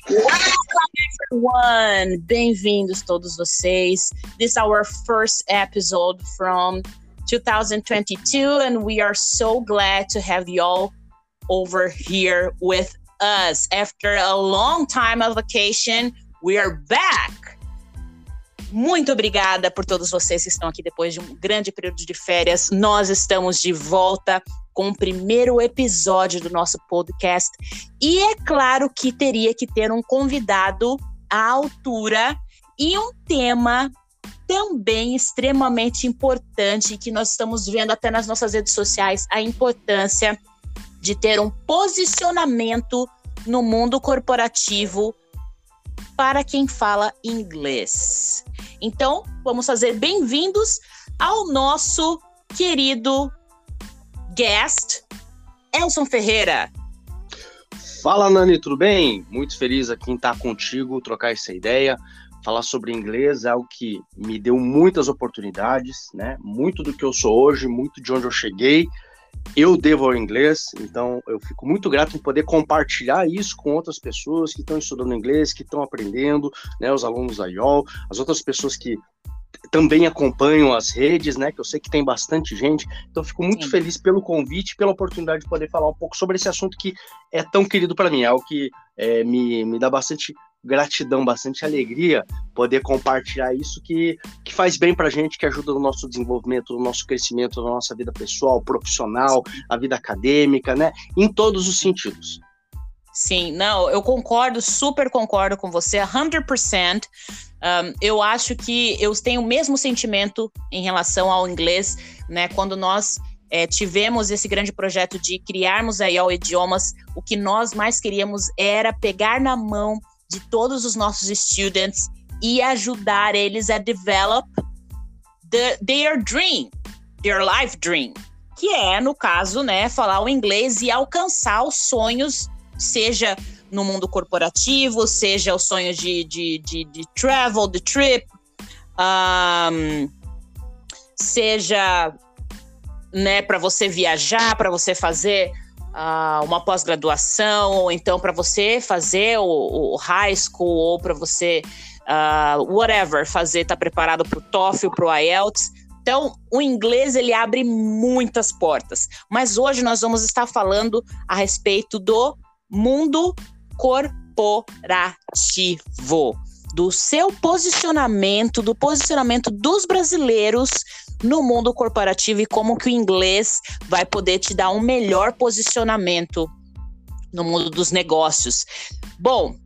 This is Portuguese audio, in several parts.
Welcome everyone! Bem-vindos todos vocês. This is our first episode from 2022 and we are so glad to have you all over here with us. After a long time of vacation, we are back! Muito obrigada por todos vocês que estão aqui depois de um grande período de férias. Nós estamos de volta com o primeiro episódio do nosso podcast. E é claro que teria que ter um convidado à altura e um tema também extremamente importante, que nós estamos vendo até nas nossas redes sociais, a importância de ter um posicionamento no mundo corporativo para quem fala inglês. Então, vamos fazer bem-vindos ao nosso querido guest, Elson Ferreira. Fala, Nani, tudo bem? Muito feliz aqui em estar contigo, trocar essa ideia. Falar sobre inglês é algo que me deu muitas oportunidades, né? Muito do que eu sou hoje, muito de onde eu cheguei, eu devo ao inglês. Então eu fico muito grato em poder compartilhar isso com outras pessoas que estão estudando inglês, que estão aprendendo, né? Os alunos da IOL, as outras pessoas que também acompanham as redes, né? Que eu sei que tem bastante gente. Então eu fico muito feliz pelo convite, pela oportunidade de poder falar um pouco sobre esse assunto que é tão querido para mim, é algo que me dá bastante gratidão, bastante alegria poder compartilhar isso que faz bem pra gente, que ajuda no nosso desenvolvimento, no nosso crescimento, na nossa vida pessoal, profissional, a vida acadêmica, né? Em todos os sentidos. Sim, não, eu concordo, super concordo com você, 100%. Eu acho que eu tenho o mesmo sentimento em relação ao inglês, né? Quando nós tivemos esse grande projeto de criarmos a IOL Idiomas, o que nós mais queríamos era pegar na mão de todos os nossos students e ajudar eles a develop their dream, their life dream, que é, no caso, né, falar o inglês e alcançar os sonhos, seja no mundo corporativo, seja o sonho de travel, de trip, seja, né, para você viajar, para você fazer uma pós-graduação, ou então para você fazer o high school, ou para você, whatever, tá preparado para o TOEFL, para o IELTS. Então, o inglês, ele abre muitas portas. Mas hoje nós vamos estar falando a respeito do mundo corporativo, do seu posicionamento, do posicionamento dos brasileiros no mundo corporativo e como que o inglês vai poder te dar um melhor posicionamento no mundo dos negócios. Bom,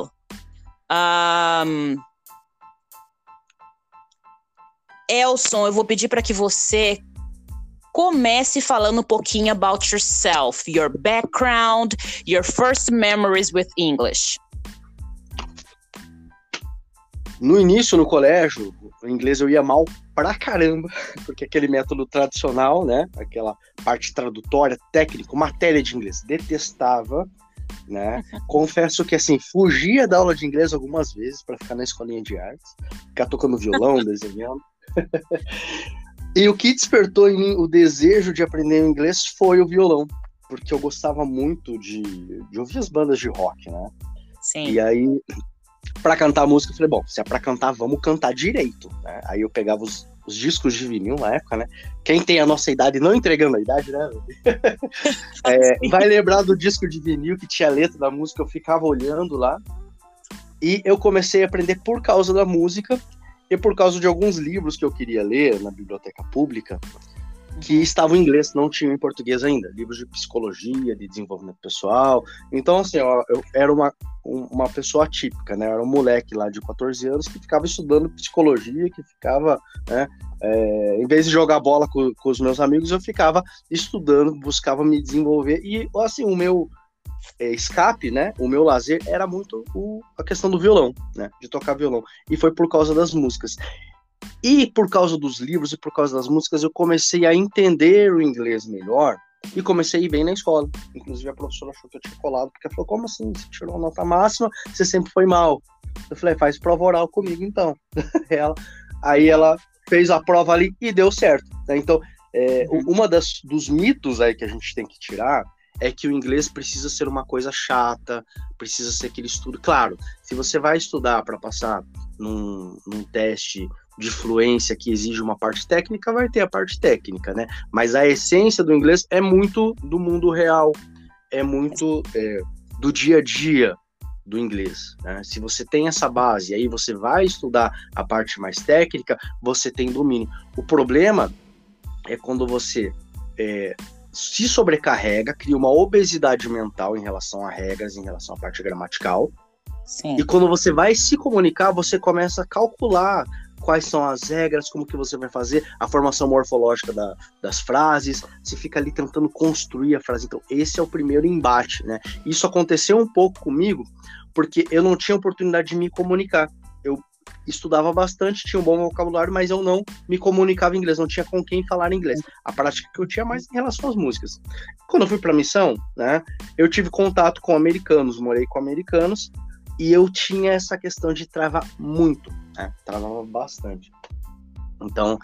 Elson, eu vou pedir para que você comece falando um pouquinho about yourself, your background, your first memories with English. No início, no colégio, o inglês eu ia mal pra caramba, porque aquele método tradicional, né, aquela parte tradutória, técnico, matéria de inglês, detestava, né, confesso que, assim, fugia da aula de inglês algumas vezes para ficar na escolinha de artes, ficar tocando violão, desenhando, e o que despertou em mim o desejo de aprender inglês foi o violão, porque eu gostava muito de ouvir as bandas de rock, né, Sim. E aí, pra cantar música, eu falei, bom, se é pra cantar, vamos cantar direito, né? Aí eu pegava os discos de vinil na época, né? Quem tem a nossa idade, não entregando a idade, né? Vai lembrar do disco de vinil que tinha a letra da música, eu ficava olhando lá. E eu comecei a aprender por causa da música e por causa de alguns livros que eu queria ler na biblioteca pública, que estavam em inglês, não tinham em português ainda. Livros de psicologia, de desenvolvimento pessoal. Então, assim, eu era uma pessoa atípica, né? Eu era um moleque lá de 14 anos que ficava estudando psicologia, que ficava, né? Em vez de jogar bola com os meus amigos, eu ficava estudando, buscava me desenvolver. E, assim, o meu escape, né? O meu lazer era muito a questão do violão, né? De tocar violão. E foi por causa das músicas. E por causa dos livros e por causa das músicas, eu comecei a entender o inglês melhor e comecei a ir bem na escola. Inclusive, a professora achou que eu tinha colado, porque ela falou, como assim? Você tirou a nota máxima, você sempre foi mal. Eu falei, faz prova oral comigo, então. Aí ela fez a prova ali e deu certo. Né? Então, dos mitos aí que a gente tem que tirar é que o inglês precisa ser uma coisa chata, precisa ser aquele estudo. Claro, se você vai estudar para passar num teste de fluência que exige uma parte técnica, vai ter a parte técnica, né? Mas a essência do inglês é muito do mundo real, é muito do dia a dia do inglês, né? Se você tem essa base, aí você vai estudar a parte mais técnica, você tem domínio. O problema é quando você se sobrecarrega, cria uma obesidade mental em relação a regras, em relação à parte gramatical. Sim. E quando você vai se comunicar, você começa a calcular quais são as regras, como que você vai fazer, a formação morfológica das frases, você fica ali tentando construir a frase. Então, esse é o primeiro embate, né? Isso aconteceu um pouco comigo, porque eu não tinha oportunidade de me comunicar. Eu estudava bastante, tinha um bom vocabulário, mas eu não me comunicava em inglês, não tinha com quem falar inglês. A prática que eu tinha mais em relação às músicas. Quando eu fui para a missão, né, eu tive contato com americanos, morei com americanos, e eu tinha essa questão de travar muito, né? Travava bastante. Então,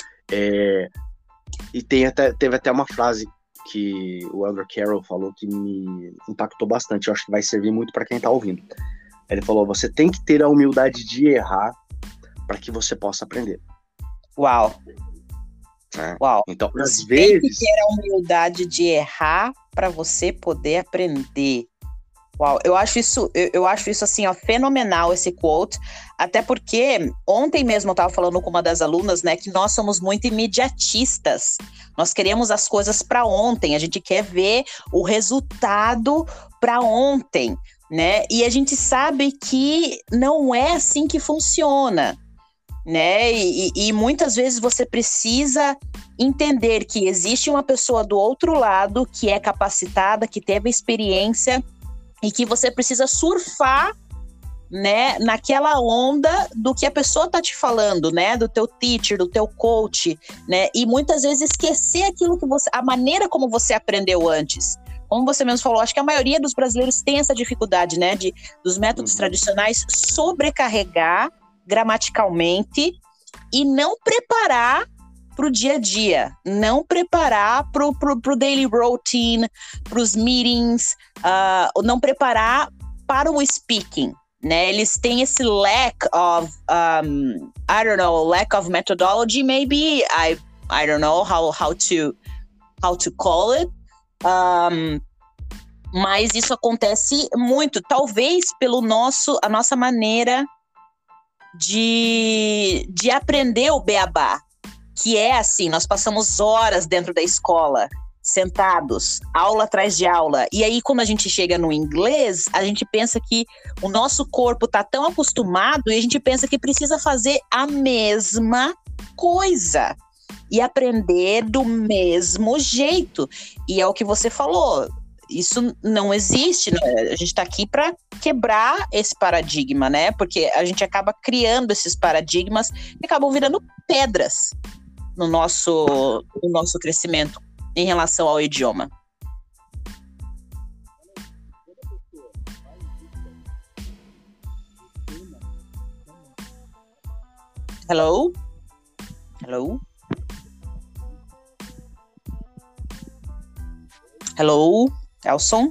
e teve até uma frase que o Andrew Carroll falou que me impactou bastante, eu acho que vai servir muito para quem está ouvindo. Ele falou, você tem que ter a humildade de errar para que você possa aprender. Uau! Uau! Então, você às vezes... tem que ter a humildade de errar para você poder aprender. Uau, eu acho isso assim, ó, fenomenal esse quote, até porque ontem mesmo eu estava falando com uma das alunas, né, que nós somos muito imediatistas, nós queremos as coisas para ontem, a gente quer ver o resultado para ontem, né, e a gente sabe que não é assim que funciona, né, e muitas vezes você precisa entender que existe uma pessoa do outro lado que é capacitada, que teve experiência, e que você precisa surfar, né, naquela onda do que a pessoa tá te falando, né, do teu teacher, do teu coach, né, e muitas vezes esquecer aquilo que a maneira como você aprendeu antes. Como você mesmo falou, acho que a maioria dos brasileiros tem essa dificuldade, né, dos métodos tradicionais sobrecarregar gramaticalmente e não preparar para o dia a dia, não preparar pro daily routine, para os meetings, não preparar para o speaking, né? Eles têm esse lack of, lack of methodology, maybe, I don't know how to call it, mas isso acontece muito, talvez a nossa maneira de aprender o beabá, que é assim, nós passamos horas dentro da escola, sentados, aula atrás de aula, e aí quando a gente chega no inglês, a gente pensa que o nosso corpo tá tão acostumado e a gente pensa que precisa fazer a mesma coisa e aprender do mesmo jeito, e é o que você falou, isso não existe, né? A gente tá aqui para quebrar esse paradigma, né, porque a gente acaba criando esses paradigmas e acabam virando pedras no nosso crescimento em relação ao idioma. Hello? Hello? Hello? Elson?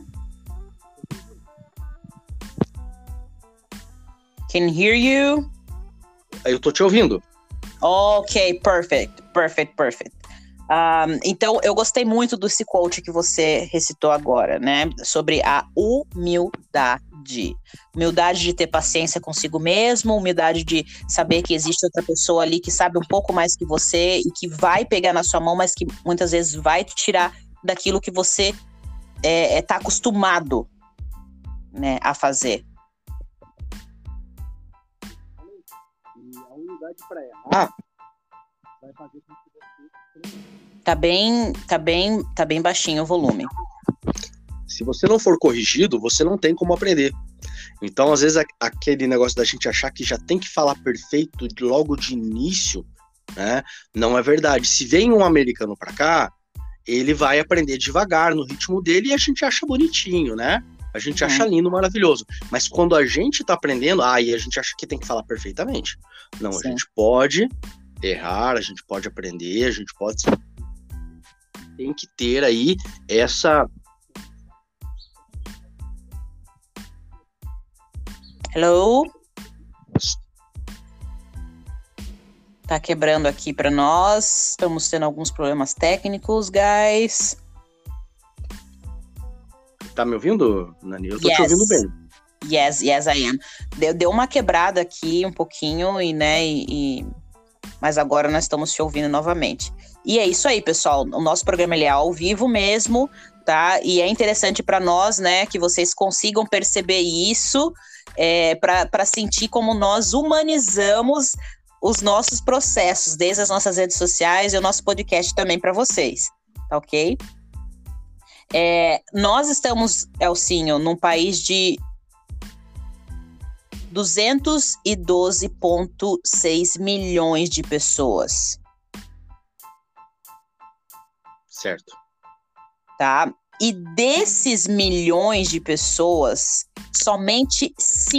Can hear you? Eu tô te ouvindo. Ok, perfect. Então, eu gostei muito desse quote que você recitou agora, né? Sobre a humildade. Humildade de ter paciência consigo mesmo, humildade de saber que existe outra pessoa ali que sabe um pouco mais que você e que vai pegar na sua mão, mas que muitas vezes vai te tirar daquilo que você tá acostumado, né, a fazer. E a humildade para errar vai fazer com que você... Tá bem baixinho o volume. Se você não for corrigido, você não tem como aprender. Então, às vezes, aquele negócio da gente achar que já tem que falar perfeito logo de início, né, não é verdade. Se vem um americano para cá, ele vai aprender devagar, no ritmo dele, e a gente acha bonitinho, né? A gente acha lindo, maravilhoso. Mas quando a gente tá aprendendo, aí a gente acha que tem que falar perfeitamente. Não, Sim. A gente pode errar, a gente pode aprender, a gente pode... Tem que ter aí Hello? Tá quebrando aqui para nós. Estamos tendo alguns problemas técnicos, guys. Tá me ouvindo, Nani? Eu tô te ouvindo bem. Yes, I am. Deu uma quebrada aqui um pouquinho, mas agora nós estamos te ouvindo novamente. E é isso aí, pessoal. O nosso programa ele é ao vivo mesmo, tá? E é interessante para nós, né, que vocês consigam perceber isso, para sentir como nós humanizamos os nossos processos, desde as nossas redes sociais e o nosso podcast também para vocês, tá ok? Nós estamos, Elcinho, num país de 212,6 milhões de pessoas. Certo. Tá? E desses milhões de pessoas, somente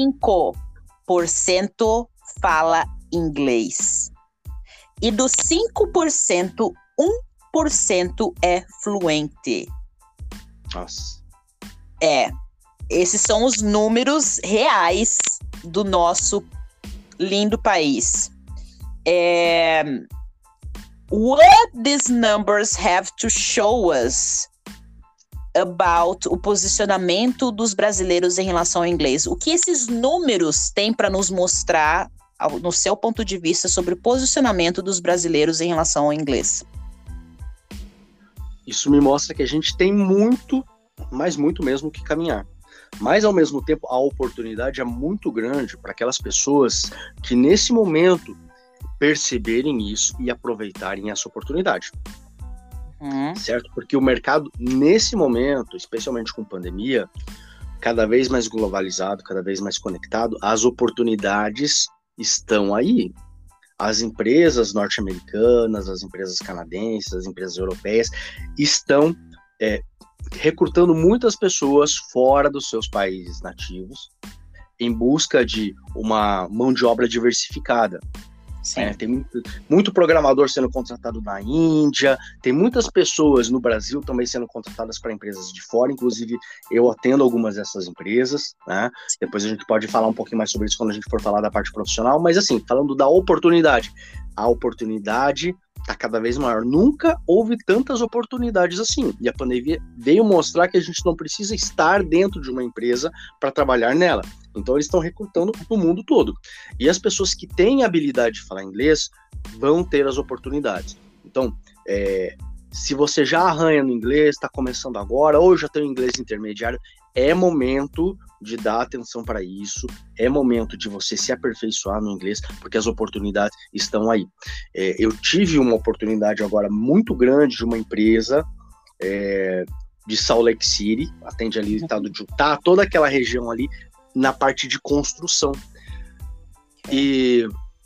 5% fala inglês. E dos 5%, 1% é fluente. Nossa. Esses são os números reais do nosso lindo país. What these numbers have to show us about o posicionamento dos brasileiros em relação ao inglês? O que esses números têm para nos mostrar, no seu ponto de vista, sobre o posicionamento dos brasileiros em relação ao inglês? Isso me mostra que a gente tem muito, mas muito mesmo que caminhar. Mas, ao mesmo tempo, a oportunidade é muito grande para aquelas pessoas que, nesse momento, perceberem isso e aproveitarem essa oportunidade. Certo? Porque o mercado, nesse momento, especialmente com pandemia, cada vez mais globalizado, cada vez mais conectado, as oportunidades estão aí. As empresas norte-americanas, as empresas canadenses, as empresas europeias estão recrutando muitas pessoas fora dos seus países nativos em busca de uma mão de obra diversificada. Tem muito programador sendo contratado na Índia, tem muitas pessoas no Brasil também sendo contratadas para empresas de fora, inclusive eu atendo algumas dessas empresas, né? Depois a gente pode falar um pouquinho mais sobre isso quando a gente for falar da parte profissional, mas assim, falando da oportunidade, a oportunidade está cada vez maior. Nunca houve tantas oportunidades assim, e a pandemia veio mostrar que a gente não precisa estar dentro de uma empresa para trabalhar nela. Então eles estão recrutando no mundo todo. E as pessoas que têm habilidade de falar inglês vão ter as oportunidades. Então, se você já arranha no inglês, está começando agora, ou já tem um inglês intermediário, é momento de dar atenção para isso, é momento de você se aperfeiçoar no inglês, porque as oportunidades estão aí. Eu tive uma oportunidade agora muito grande de uma empresa de Salt Lake City, atende ali o estado de Utah, toda aquela região ali, na parte de construção. E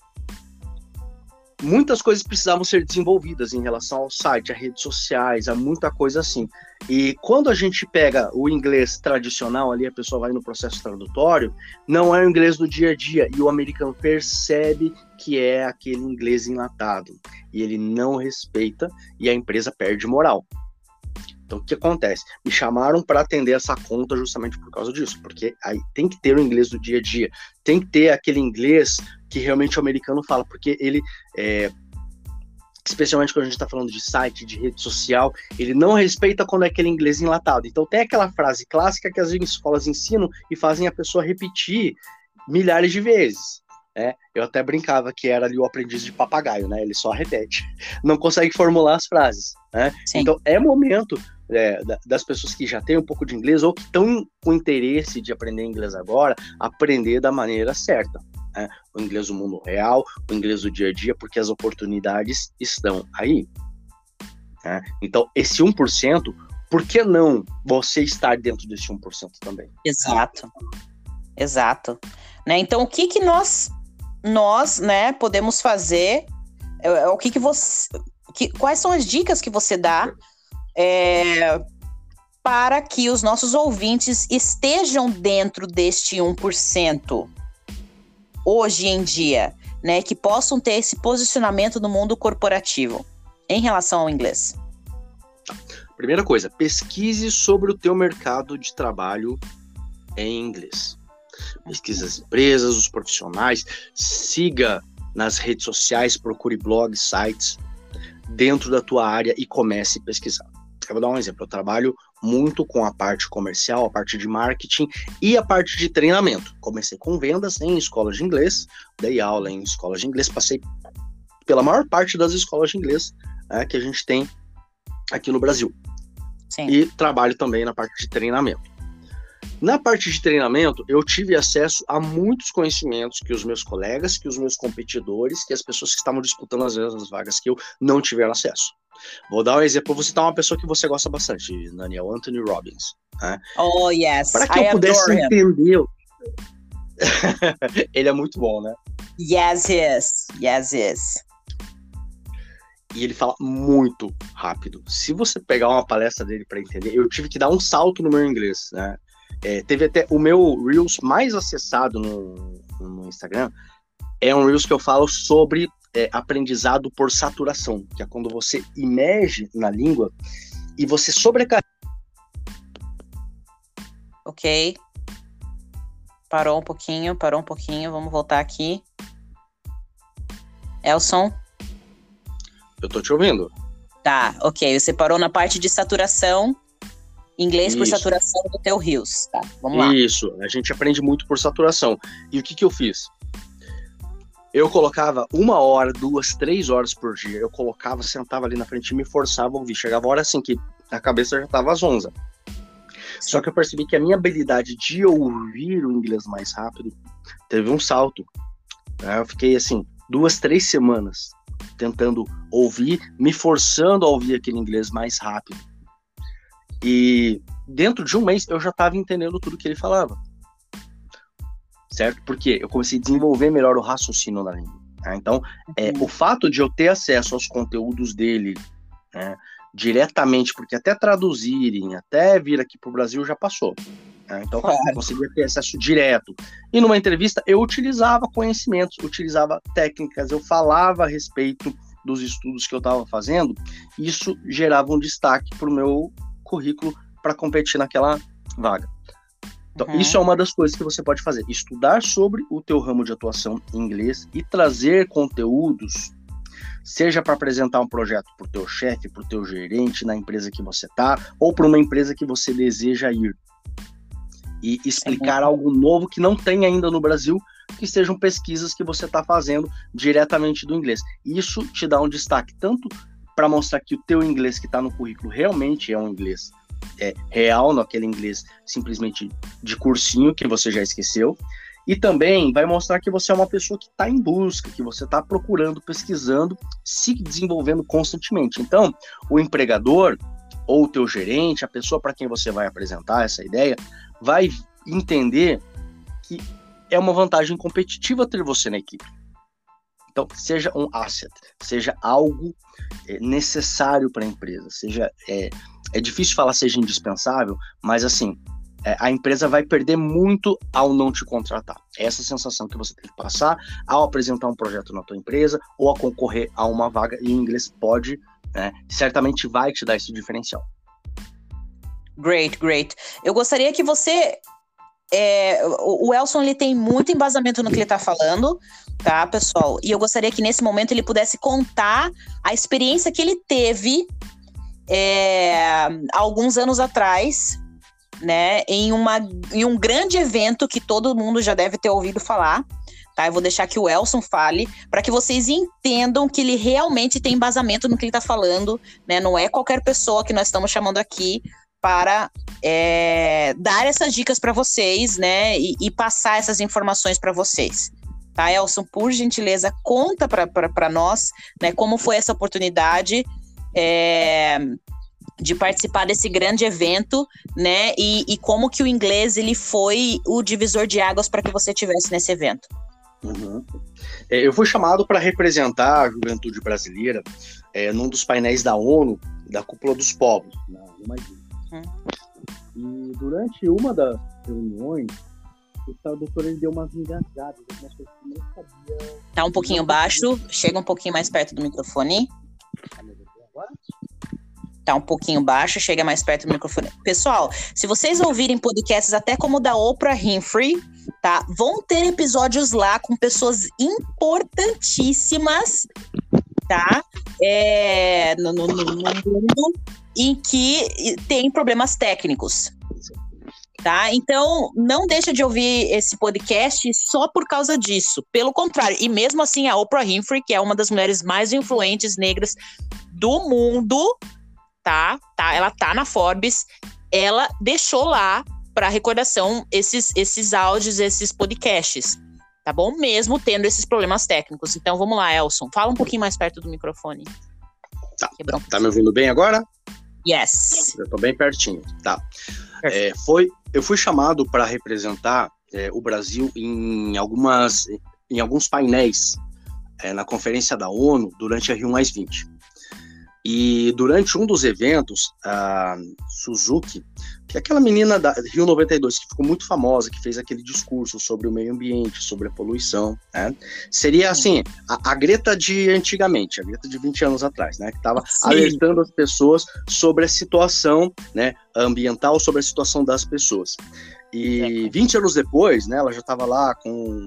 muitas coisas precisavam ser desenvolvidas em relação ao site, a redes sociais, a muita coisa assim. E quando a gente pega o inglês tradicional ali, a pessoa vai no processo tradutório, não é o inglês do dia a dia, e o americano percebe que é aquele inglês enlatado, e ele não respeita, e a empresa perde moral. Então, o que acontece? Me chamaram para atender essa conta justamente por causa disso, porque aí tem que ter o inglês do dia a dia, tem que ter aquele inglês que realmente o americano fala, porque ele, especialmente quando a gente está falando de site, de rede social, ele não respeita quando é aquele inglês enlatado. Então, tem aquela frase clássica que as escolas ensinam e fazem a pessoa repetir milhares de vezes. Eu até brincava que era ali o aprendiz de papagaio, né? Ele só repete, não consegue formular as frases, né? Então é momento das pessoas que já têm um pouco de inglês ou que estão com interesse de aprender inglês agora, aprender da maneira certa, né? O inglês do mundo real, o inglês do dia a dia, porque as oportunidades estão aí, né? Então esse 1%, por que não você estar dentro desse 1% também? Exato. Né? Então o que nós, né, podemos fazer, o que você, quais são as dicas que você dá para que os nossos ouvintes estejam dentro deste 1% hoje em dia, né, que possam ter esse posicionamento no mundo corporativo em relação ao inglês? Primeira coisa, pesquise sobre o teu mercado de trabalho em inglês. Pesquise as empresas, os profissionais, siga nas redes sociais, procure blogs, sites dentro da tua área e comece a pesquisar. Eu vou dar um exemplo, eu trabalho muito com a parte comercial, a parte de marketing e a parte de treinamento. Comecei com vendas em escolas de inglês, dei aula em escolas de inglês, passei pela maior parte das escolas de inglês que a gente tem aqui no Brasil. Sim. E trabalho também na parte de treinamento. Na parte de treinamento, eu tive acesso a muitos conhecimentos que os meus colegas, que os meus competidores, que as pessoas que estavam disputando as mesmas vagas que eu não tiveram acesso. Vou dar um exemplo, vou citar uma pessoa que você gosta bastante, Daniel, Anthony Robbins. Né? Oh, yes. Para que eu pudesse entender... Ele é muito bom, né? Yes, yes. Yes, yes. E ele fala muito rápido. Se você pegar uma palestra dele para entender, eu tive que dar um salto no meu inglês, né? Teve até o meu Reels mais acessado no Instagram, é um Reels que eu falo sobre aprendizado por saturação, que é quando você imerge na língua e você sobrecarrega. Ok. Parou um pouquinho, vamos voltar aqui. Elson? Eu tô te ouvindo. Tá, ok. Você parou na parte de saturação, inglês por Isso. saturação do teu Reels. Tá, vamos lá. Isso, a gente aprende muito por saturação. E o que eu fiz? Eu colocava 1 hora, 2, 3 horas por dia. Eu colocava, sentava ali na frente e me forçava a ouvir. Chegava a hora assim que a cabeça já tava às 11. Só que eu percebi que a minha habilidade de ouvir o inglês mais rápido teve um salto. Eu fiquei assim, 2, 3 semanas tentando ouvir, me forçando a ouvir aquele inglês mais rápido. E dentro de um mês eu já estava entendendo tudo que ele falava. Certo? Porque eu comecei a desenvolver melhor o raciocínio na língua. Então, o fato de eu ter acesso aos conteúdos dele diretamente, porque até traduzirem, até vir aqui para o Brasil já passou. Então, eu conseguia ter acesso direto. E numa entrevista, eu utilizava conhecimentos, utilizava técnicas, eu falava a respeito dos estudos que eu estava fazendo, e isso gerava um destaque para o meu currículo para competir naquela vaga. Então, isso é uma das coisas que você pode fazer. Estudar sobre o teu ramo de atuação em inglês e trazer conteúdos, seja para apresentar um projeto para o teu chefe, para o teu gerente na empresa que você está, ou para uma empresa que você deseja ir. E explicar algo novo que não tem ainda no Brasil, que sejam pesquisas que você está fazendo diretamente do inglês. Isso te dá um destaque, tanto para mostrar que o teu inglês que está no currículo realmente é um inglês real, naquele inglês simplesmente de cursinho que você já esqueceu, e também vai mostrar que você é uma pessoa que está em busca, que você está procurando, pesquisando, se desenvolvendo constantemente. Então, o empregador ou o teu gerente, a pessoa para quem você vai apresentar essa ideia, vai entender que é uma vantagem competitiva ter você na equipe. Então, seja um asset, seja algo necessário para a empresa, seja... É difícil falar seja indispensável, mas assim, a empresa vai perder muito ao não te contratar. Essa sensação que você tem que passar ao apresentar um projeto na tua empresa ou a concorrer a uma vaga, e o inglês pode, certamente vai te dar esse diferencial. Great. Eu gostaria que você... o Elson, ele tem muito embasamento no que ele está falando, tá, pessoal? E eu gostaria que nesse momento ele pudesse contar a experiência que ele teve alguns anos atrás, né, em um grande evento que todo mundo já deve ter ouvido falar, tá? Eu vou deixar que o Elson fale, para que vocês entendam que ele realmente tem embasamento no que ele está falando, né? Não é qualquer pessoa que nós estamos chamando aqui para dar essas dicas para vocês, né, e passar essas informações para vocês. Tá, Elson, por gentileza, conta para nós, né, como foi essa oportunidade de participar desse grande evento, né, e como que o inglês ele foi o divisor de águas para que você tivesse nesse evento. Eu fui chamado para representar a juventude brasileira num dos painéis da ONU, da Cúpula dos Povos, na Alemanha. E durante uma das reuniões, o doutor ele deu umas engasgadas, algumas coisas que eu não sabia. Tá um pouquinho baixo, chega um pouquinho mais perto do microfone. Tá um pouquinho baixo, chega mais perto do microfone. Pessoal, se vocês ouvirem podcasts até como o da Oprah Winfrey, tá? Vão ter episódios lá com pessoas importantíssimas, tá? No mundo em que tem problemas técnicos, tá? Então, não deixa de ouvir esse podcast só por causa disso. Pelo contrário, e mesmo assim a Oprah Winfrey, que é uma das mulheres mais influentes negras do mundo, tá? Ela tá na Forbes, ela deixou lá para recordação esses áudios, esses podcasts, tá bom? Mesmo tendo esses problemas técnicos. Então, vamos lá, Elson. Fala um pouquinho mais perto do microfone. Tá me ouvindo bem agora? Yes. Eu tô bem pertinho, tá. Eu fui chamado para representar o Brasil em alguns painéis na Conferência da ONU durante a Rio+20. E durante um dos eventos, a Suzuki, que é aquela menina da Rio 92, que ficou muito famosa, que fez aquele discurso sobre o meio ambiente, sobre a poluição, né? Seria, assim, a Greta de antigamente, a Greta de 20 anos atrás, né? Que estava alertando as pessoas sobre a situação, né, ambiental, sobre a situação das pessoas. E 20 anos depois, né, ela já estava lá com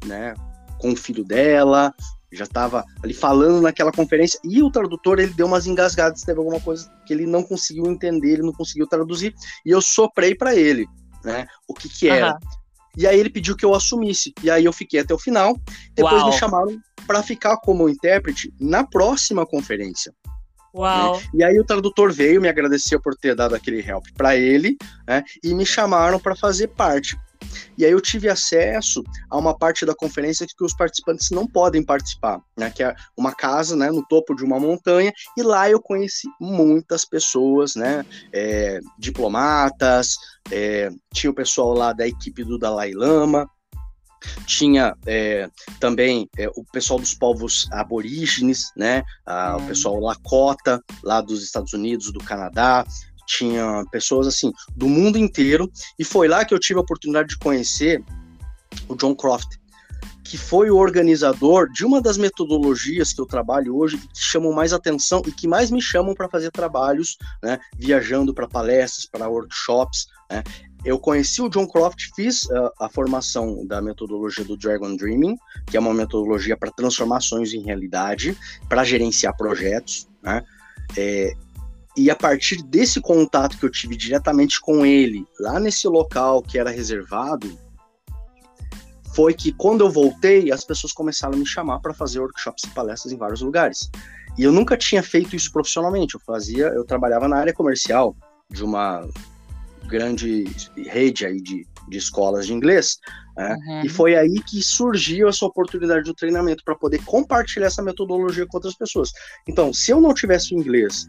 o filho dela, já estava ali falando naquela conferência, e o tradutor, ele deu umas engasgadas, teve alguma coisa que ele não conseguiu entender, ele não conseguiu traduzir, e eu soprei para ele, né, o que era. E aí ele pediu que eu assumisse, e aí eu fiquei até o final, depois me chamaram para ficar como intérprete na próxima conferência. Uau. Né? E aí o tradutor veio, me agradeceu por ter dado aquele help para ele, né, e me chamaram para fazer parte. E aí eu tive acesso a uma parte da conferência que os participantes não podem participar, né, que é uma casa, né, no topo de uma montanha, e lá eu conheci muitas pessoas, né, diplomatas, tinha o pessoal lá da equipe do Dalai Lama, tinha também o pessoal dos povos aborígenes, né, o pessoal Lakota, lá dos Estados Unidos, do Canadá, tinha pessoas assim, do mundo inteiro, e foi lá que eu tive a oportunidade de conhecer o John Croft, que foi o organizador de uma das metodologias que eu trabalho hoje, que chamam mais atenção e que mais me chamam para fazer trabalhos, né, viajando para palestras, para workshops, né. Eu conheci o John Croft, fiz a formação da metodologia do Dragon Dreaming, que é uma metodologia para transformar sonhos em realidade, para gerenciar projetos, né. E a partir desse contato que eu tive diretamente com ele, lá nesse local que era reservado, foi que quando eu voltei, as pessoas começaram a me chamar para fazer workshops e palestras em vários lugares. E eu nunca tinha feito isso profissionalmente. Eu trabalhava na área comercial de uma grande rede aí de escolas de inglês, né? E foi aí que surgiu essa oportunidade do treinamento para poder compartilhar essa metodologia com outras pessoas. Então, se eu não tivesse o inglês,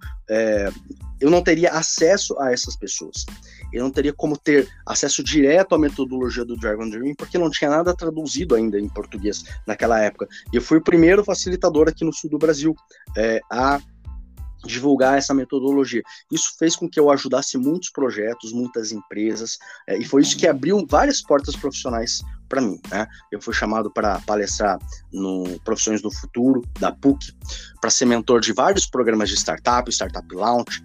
eu não teria acesso a essas pessoas. Eu não teria como ter acesso direto à metodologia do Dragon Dreaming, porque não tinha nada traduzido ainda em português naquela época. E eu fui o primeiro facilitador aqui no sul do Brasil a divulgar essa metodologia. Isso fez com que eu ajudasse muitos projetos, muitas empresas, e foi isso que abriu várias portas profissionais para mim, né? Eu fui chamado para palestrar no Profissões do Futuro, da PUC, para ser mentor de vários programas de startup Launch,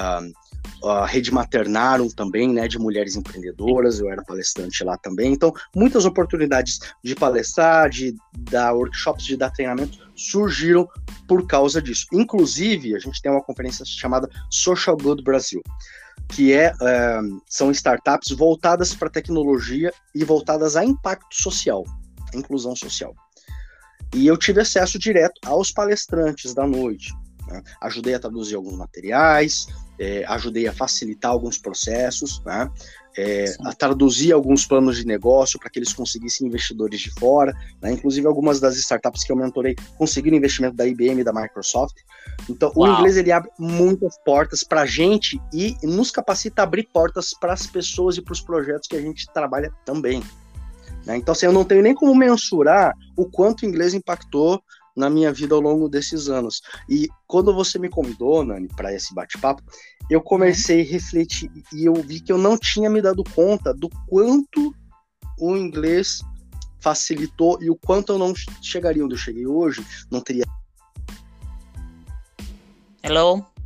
a Rede Maternarum também, né, de mulheres empreendedoras, eu era palestrante lá também, então muitas oportunidades de palestrar, de dar workshops, de dar treinamento, surgiram por causa disso. Inclusive, a gente tem uma conferência chamada Social Good Brasil, que são startups voltadas para tecnologia e voltadas a impacto social, a inclusão social. E eu tive acesso direto aos palestrantes da noite, né? Ajudei a traduzir alguns materiais, ajudei a facilitar alguns processos, né? A traduzir alguns planos de negócio para que eles conseguissem investidores de fora, né? Inclusive algumas das startups que eu mentorei conseguiram investimento da IBM e da Microsoft. Então, o inglês, ele abre muitas portas para a gente e nos capacita a abrir portas para as pessoas e para os projetos que a gente trabalha também, né? Então, assim, eu não tenho nem como mensurar o quanto o inglês impactou na minha vida ao longo desses anos. E quando você me convidou, Nani, para esse bate-papo, eu comecei a refletir e eu vi que eu não tinha me dado conta do quanto o inglês facilitou e o quanto eu não chegaria onde eu cheguei hoje, não teria... Hello?